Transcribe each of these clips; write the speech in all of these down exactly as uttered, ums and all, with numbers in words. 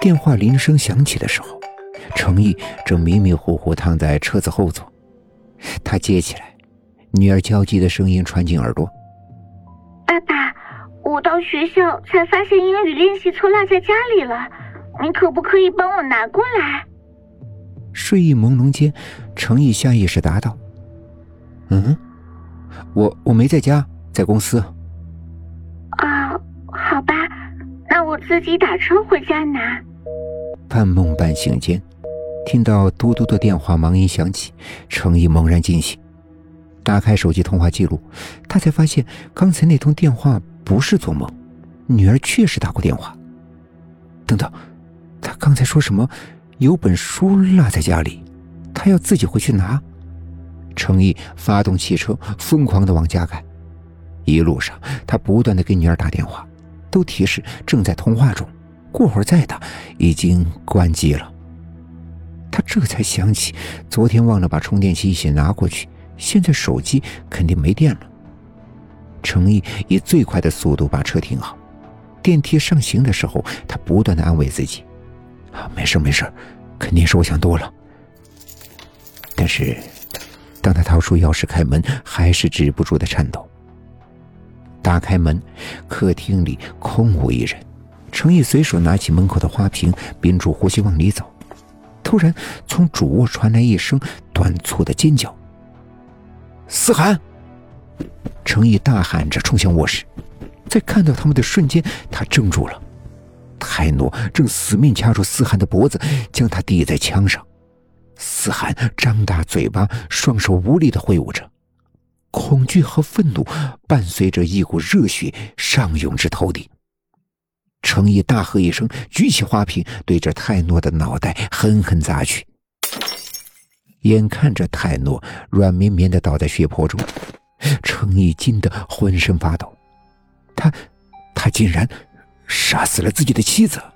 电话铃声响起的时候，程毅正迷迷糊糊躺在车子后座。他接起来，女儿焦急的声音传进耳朵： 爸爸，我到学校才发现英语练习册落在家里了，你可不可以帮我拿过来？ 睡意朦胧间，程毅下意识答道：嗯，我我没在家，在公司。 啊，好吧，那我自己打车回家拿。 半梦半醒间，听到嘟嘟的电话忙音响起，程毅猛然惊醒。打开手机通话记录，他才发现刚才那通电话不是做梦，女儿确实打过电话。等等，他刚才说什么有本书落在家里，他要自己回去拿。程毅发动汽车，疯狂地往家赶。一路上他不断地给女儿打电话，都提示正在通话中，过会儿再打，已经关机了。他这才想起昨天忘了把充电器一起拿过去，现在手机肯定没电了。程毅以最快的速度把车停好，电梯上行的时候，他不断地安慰自己：啊，没事没事，肯定是我想多了。但是当他掏出钥匙开门，还是止不住的颤抖。打开门，客厅里空无一人。程毅随手拿起门口的花瓶，屏住呼吸往里走。突然从主卧传来一声短促的尖叫：思涵！程毅大喊着冲向卧室，在看到他们的瞬间，他怔住了。泰诺正死命掐住思涵的脖子，将他抵在墙上。思涵张大嘴巴，双手无力地挥舞着，恐惧和愤怒伴随着一股热血上涌至头顶。程毅大喝一声，举起花瓶对着泰诺的脑袋狠狠砸去。眼看着泰诺软绵绵地倒在血泊中，程毅惊得浑身发抖。他他竟然杀死了自己的妻子。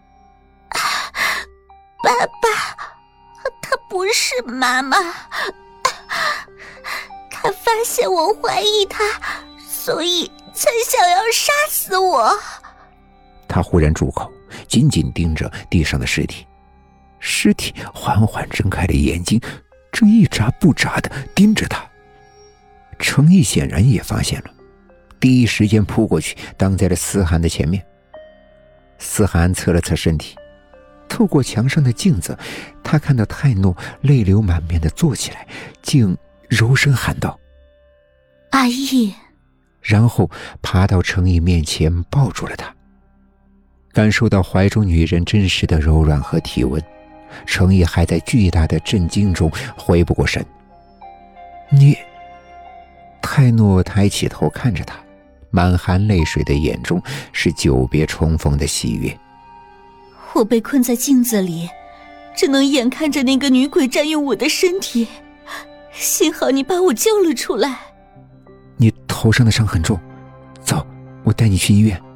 爸爸，她不是妈妈，她发现我怀疑她，所以才想要杀死我。 他忽然住口，紧紧盯着地上的尸体。尸体缓缓睁开了眼睛，正一眨不眨地盯着他。程毅显然也发现了，第一时间扑过去，挡在了思涵的前面。思涵侧了侧身体，透过墙上的镜子，他看到泰诺泪流满面地坐起来，竟柔声喊道： 阿姨。 然后爬到程毅面前抱住了他。感受到怀中女人真实的柔软和体温，程毅还在巨大的震惊中回不过神。你……泰诺抬起头看着他，满含泪水的眼中是久别重逢的喜悦。 我被困在镜子里，只能眼看着那个女鬼占用我的身体，幸好你把我救了出来。 你头上的伤很重，走，我带你去医院。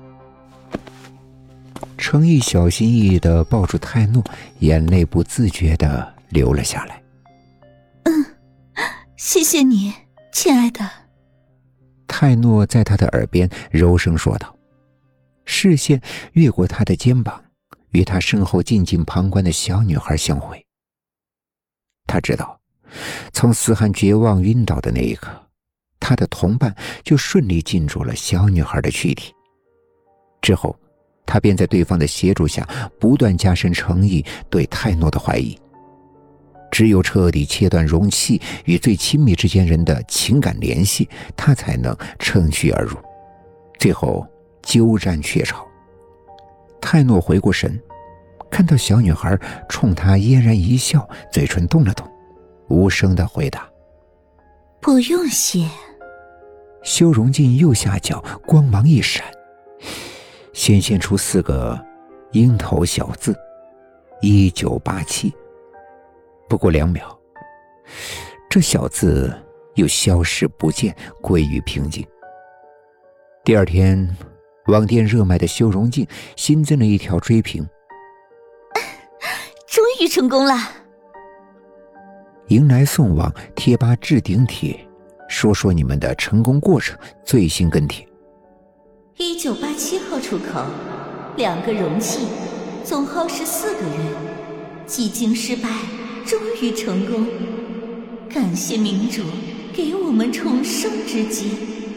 程毅小心翼翼地抱住泰诺，眼泪不自觉地流了下来。 嗯，谢谢你，亲爱的。 泰诺在他的耳边柔声说道，视线越过他的肩膀，与他身后静静旁观的小女孩相会。他知道，从思涵绝望晕倒的那一刻，他的同伴就顺利进入了小女孩的躯体。之后他便在对方的协助下不断加深程毅对泰诺的怀疑。只有彻底切断容器与最亲密之间人的情感联系，他才能乘虚而入，最后鸠占鹊巢。泰诺回过神，看到小女孩冲他嫣然一笑，嘴唇动了动，无声地回答： 不用谢。 修容镜右下角光芒一闪，显现出四个鹰头小字：一九八七。不过两秒，这小字又消失不见，归于平静。第二天，网店热卖的修容镜新增了一条追评： 终于成功了。 迎来送往贴吧置顶帖，说说你们的成功过程，最新跟帖。 一九八七号出口，两个容器， 总耗时四个月，几经失败，终于成功。感谢明主给我们重生之机。